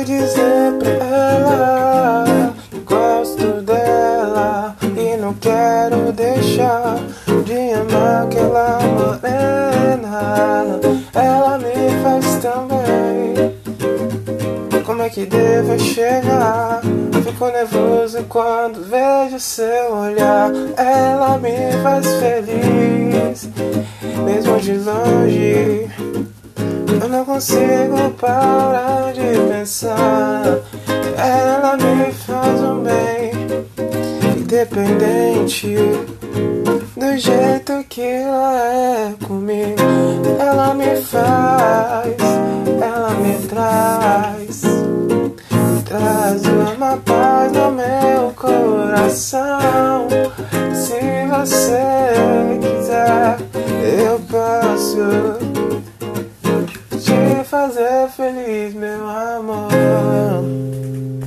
dizer pra ela que gosto dela e não quero deixar de amar aquela morena. Ela me faz tão bem. Como é que devo chegar? Fico nervoso quando vejo seu olhar. Ela me faz feliz, mesmo de longe. Eu não consigo parar de pensar. Ela me faz um bem, independente do jeito que ela é comigo. Ela me faz, ela me traz uma paz no meu coração. Se você quiser, eu posso te fazer feliz, meu amor.